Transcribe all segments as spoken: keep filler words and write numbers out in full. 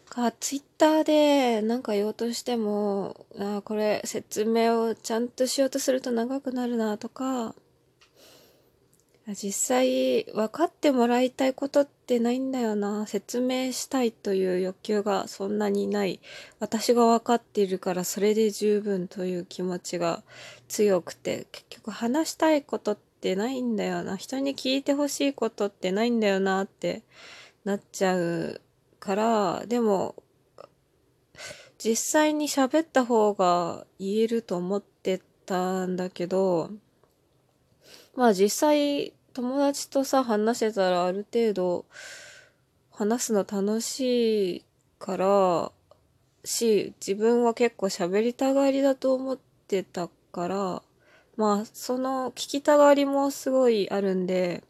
か、ツイッターでなんか言おうとしても、あー、これ説明をちゃんとしようとすると長くなるなとか、実際分かってもらいたいことってないんだよな。説明したいという欲求がそんなにない。私が分かっているからそれで十分という気持ちが強くて、結局話したいことってないんだよな。人に聞いてほしいことってないんだよなってなっちゃうから、でも実際に喋った方が言えると思ってたんだけど、まあ実際友達とさ、話せたらある程度話すの楽しいからし、自分は結構喋りたがりだと思ってたから、まあその聞きたがりもすごいあるんで、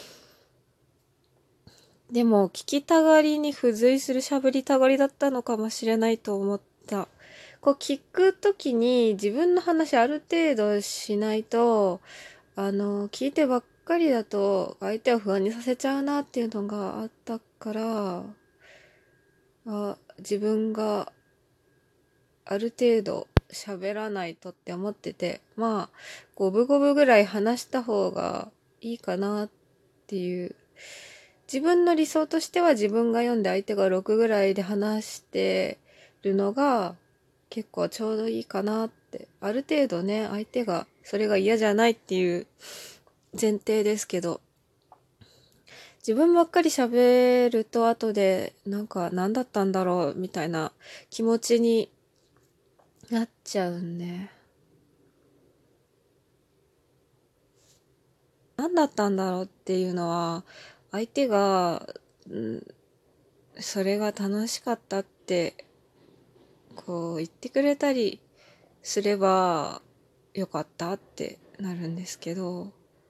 でも聞きたがりに付随する喋りたがりだったのかもしれないと思った。こう聞くときに自分の話ある程度しないと、あの、聞いてばっかりだと相手を不安にさせちゃうなっていうのがあったから、あ、自分がある程度喋らないとって思ってて、まあ、五分五分ぐらい話した方がいいかなっていう。自分の理想としては自分が読んで相手がろくぐらいで話してるのが結構ちょうどいいかなって。ある程度ね、相手がそれが嫌じゃないっていう前提ですけど、自分ばっかり喋ると後でなんか何だったんだろうみたいな気持ちになっちゃうんで、何だったんだろうっていうのは相手が、うん、それが楽しかったってこう言ってくれたりすればよかったってなるんですけど、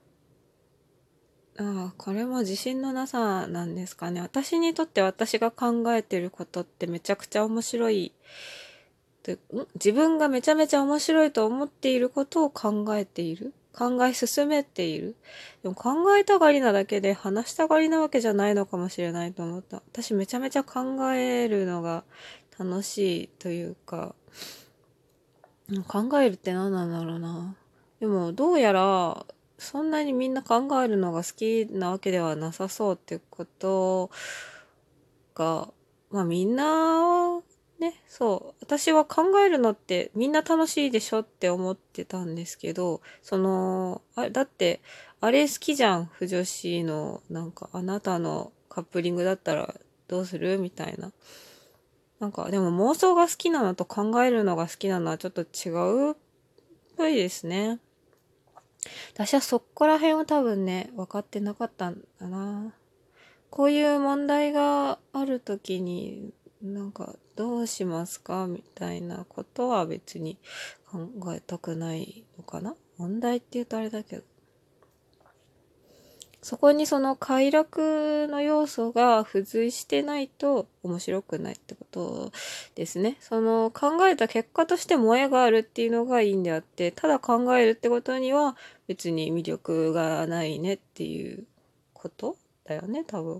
ああ、これも自信のなさなんですかね。私にとって私が考えてることってめちゃくちゃ面白いと、ん自分がめちゃめちゃ面白いと思っていることを考えている。考え進めている。でも考えたがりなだけで話したがりなわけじゃないのかもしれないと思った。私めちゃめちゃ考えるのが楽しいというか、考えるって何なんだろうな。でもどうやらそんなにみんな考えるのが好きなわけではなさそうってことが、まあみんなね、そう、私は考えるのってみんな楽しいでしょって思ってたんですけど、その、あ、だってあれ好きじゃん、不女子のなんかあなたのカップリングだったらどうするみたいな。なんかでも妄想が好きなのと考えるのが好きなのはちょっと違うっぽいですね。私はそこら辺は多分ね、分かってなかったんだな。こういう問題があるときに、なんか、どうしますかみたいなことは別に考えたくないのかな。問題って言うとあれだけど。そこにその快楽の要素が付随してないと面白くないってことですね。その考えた結果として萌えがあるっていうのがいいんであって、ただ考えるってことには別に魅力がないねっていうことだよね、多分。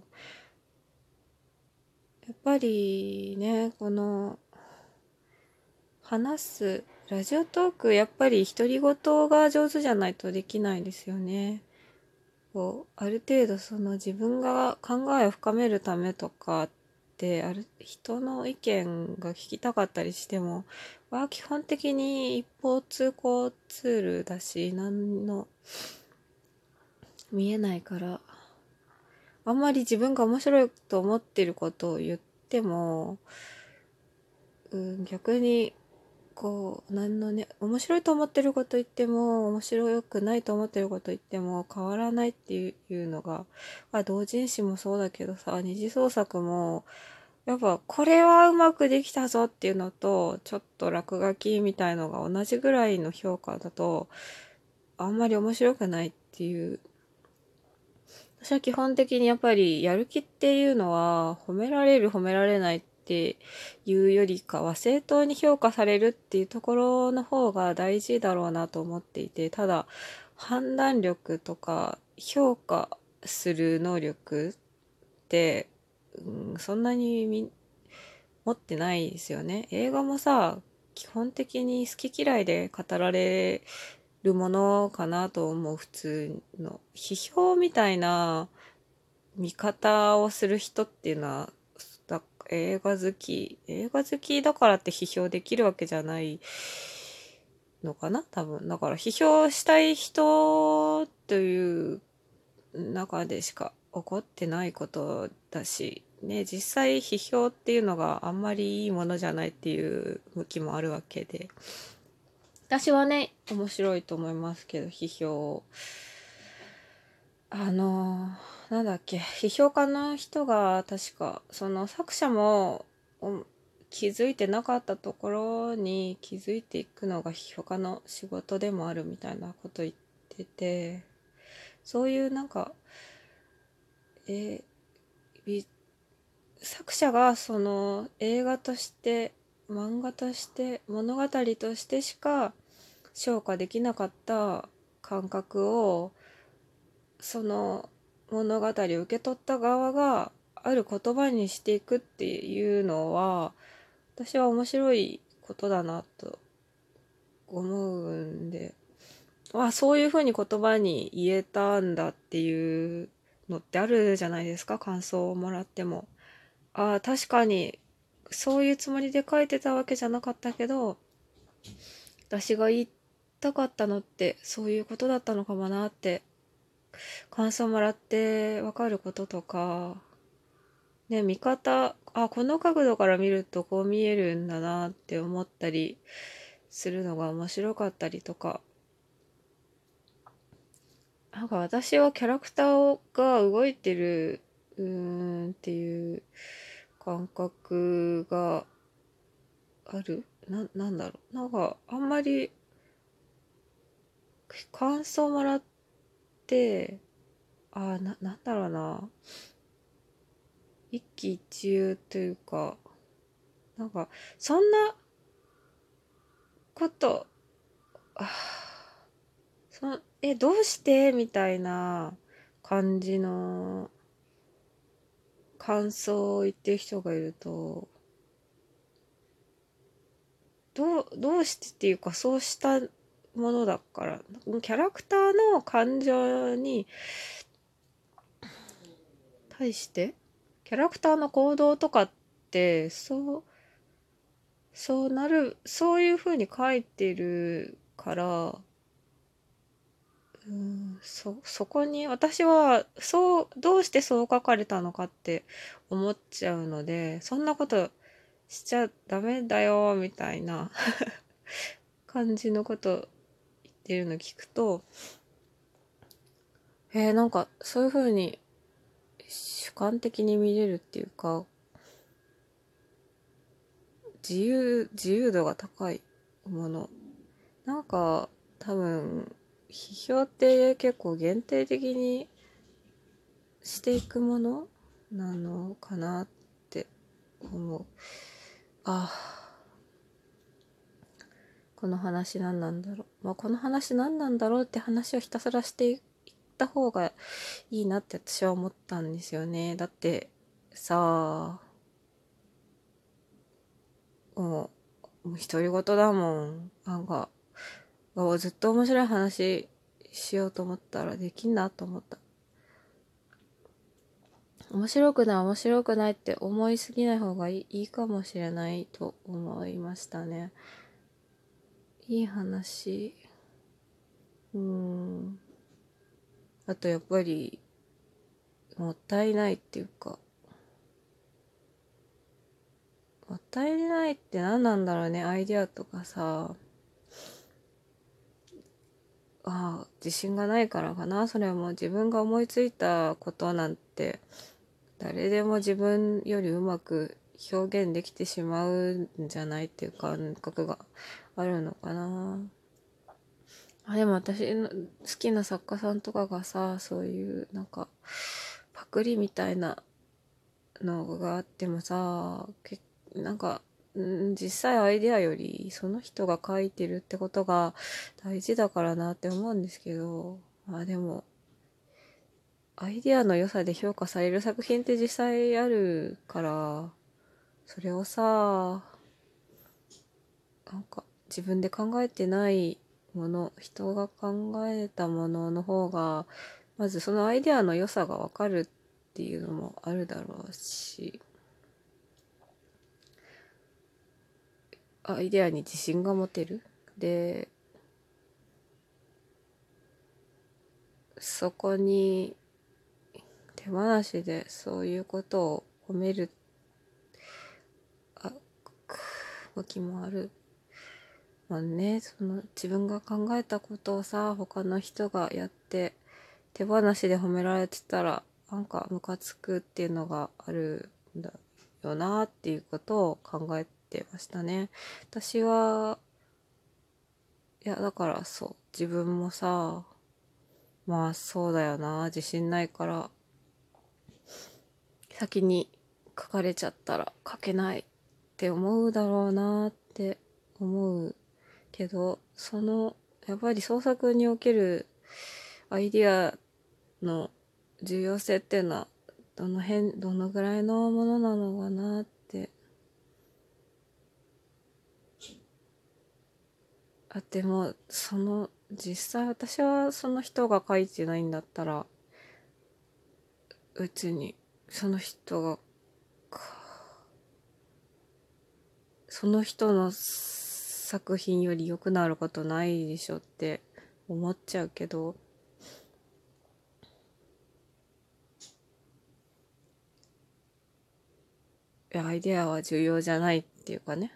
やっぱりね、この話すラジオトーク、やっぱり独り言が上手じゃないとできないですよね。こうある程度その自分が考えを深めるためとかってある人の意見が聞きたかったりしてもは基本的に一方通行ツールだし何の見えないからあんまり自分が面白いと思ってることを言っても、うん、逆にこう何のね面白いと思ってること言っても面白くないと思ってること言っても変わらないっていうのが、まあ、同人誌もそうだけどさ二次創作もやっぱこれはうまくできたぞっていうのとちょっと落書きみたいのが同じぐらいの評価だとあんまり面白くないっていう。私は基本的にやっぱりやる気っていうのは褒められる褒められないっていうよりかは正当に評価されるっていうところの方が大事だろうなと思っていて、ただ判断力とか評価する能力って、うん、そんなにみ持ってないですよね。映画もさ、基本的に好き嫌いで語られるものかなと思う。普通の批評みたいな見方をする人っていうのは、だ映画好き映画好きだからって批評できるわけじゃないのかな、多分。だから批評したい人という中でしか起こってないことだしね、実際批評っていうのがあんまりいいものじゃないっていう向きもあるわけで、私はね面白いと思いますけど、批評。あのなんだっけ、批評家の人が確かその作者も気づいてなかったところに気づいていくのが批評家の仕事でもあるみたいなこと言ってて、そういうなんかえー作者がその映画として漫画として物語としてしか消化できなかった感覚を、その物語を受け取った側がある言葉にしていくっていうのは、私は面白いことだなと思うんで、あ、そういうふうに言葉に言えたんだっていうのってあるじゃないですか、感想をもらっても。ああ、確かにそういうつもりで書いてたわけじゃなかったけど、私が言いたかったのってそういうことだったのかもなって感想もらってわかることとか、ね、見方、あ、この角度から見るとこう見えるんだなって思ったりするのが面白かったりとか、なんか私はキャラクターが動いてるうーんっていう感覚があるな、なんだろう、なんかあんまり感想もらって、あな、なんだろうな、一喜一憂というか、なんかそんなこと、あそえどうしてみたいな感じの感想を言ってる人がいると、どうどうしてっていうか、そうしたものだから、キャラクターの感情に対してキャラクターの行動とかってそうそうなる、そういう風に書いてるから、うん、そ、そこに私は、そう、どうしてそう書かれたのかって思っちゃうので、そんなことしちゃダメだよ、みたいな感じのこと言ってるの聞くと、えー、なんかそういう風に主観的に見れるっていうか、自由、自由度が高いもの。なんか多分、批評って結構限定的にしていくものなのかなって思う。ああ、この話何なんだろう。まあ、この話何なんだろうって話をひたすらしていった方がいいなって私は思ったんですよね。だってさあ、もう、もう独り言だもん。なんか、ずっと面白い話しようと思ったらできんなと思った。面白くない面白くないって思いすぎない方がいい、いいかもしれないと思いましたね。いい話。うーん。あとやっぱり、もったいないっていうか、もったいないって何なんだろうね、アイデアとかさ。ああ、自信がないからかな。それはもう自分が思いついたことなんて、誰でも自分よりうまく表現できてしまうんじゃないっていう感覚があるのかな。あ、でも私の好きな作家さんとかがさ、そういうなんかパクリみたいなのがあってもさ、けなんか、ん実際アイデアよりその人が書いてるってことが大事だからなって思うんですけど、まあでも、アイデアの良さで評価される作品って実際あるから、 それをさ、なんか自分で考えてないもの、人が考えたものの方がまずそのアイデアの良さがわかるっていうのもあるだろうし、アイデアに自信が持てる。で、そこに手放しでそういうことを褒めるあ時もあるもんね。その自分が考えたことをさ、他の人がやって手放しで褒められてたらなんかムカつくっていうのがあるんだよなっていうことを考えてましたね。私はいやだからそう自分もさ、まあそうだよな、自信ないから先に書かれちゃったら書けないって思うだろうなって思うけど、そのやっぱり創作におけるアイディアの重要性っていうのはどの辺どのぐらいのものなのかなって。あでもその実際私はその人が書いてないんだったら別にその人がその人の作品より良くなることないでしょって思っちゃうけど、いやアイデアは重要じゃないっていうかね。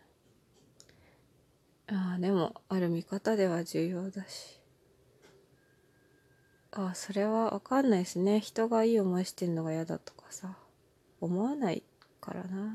ああでもある見方では重要だし、ああそれは分かんないですね。人がいい思いしてんのが嫌だとかさ思わないからな。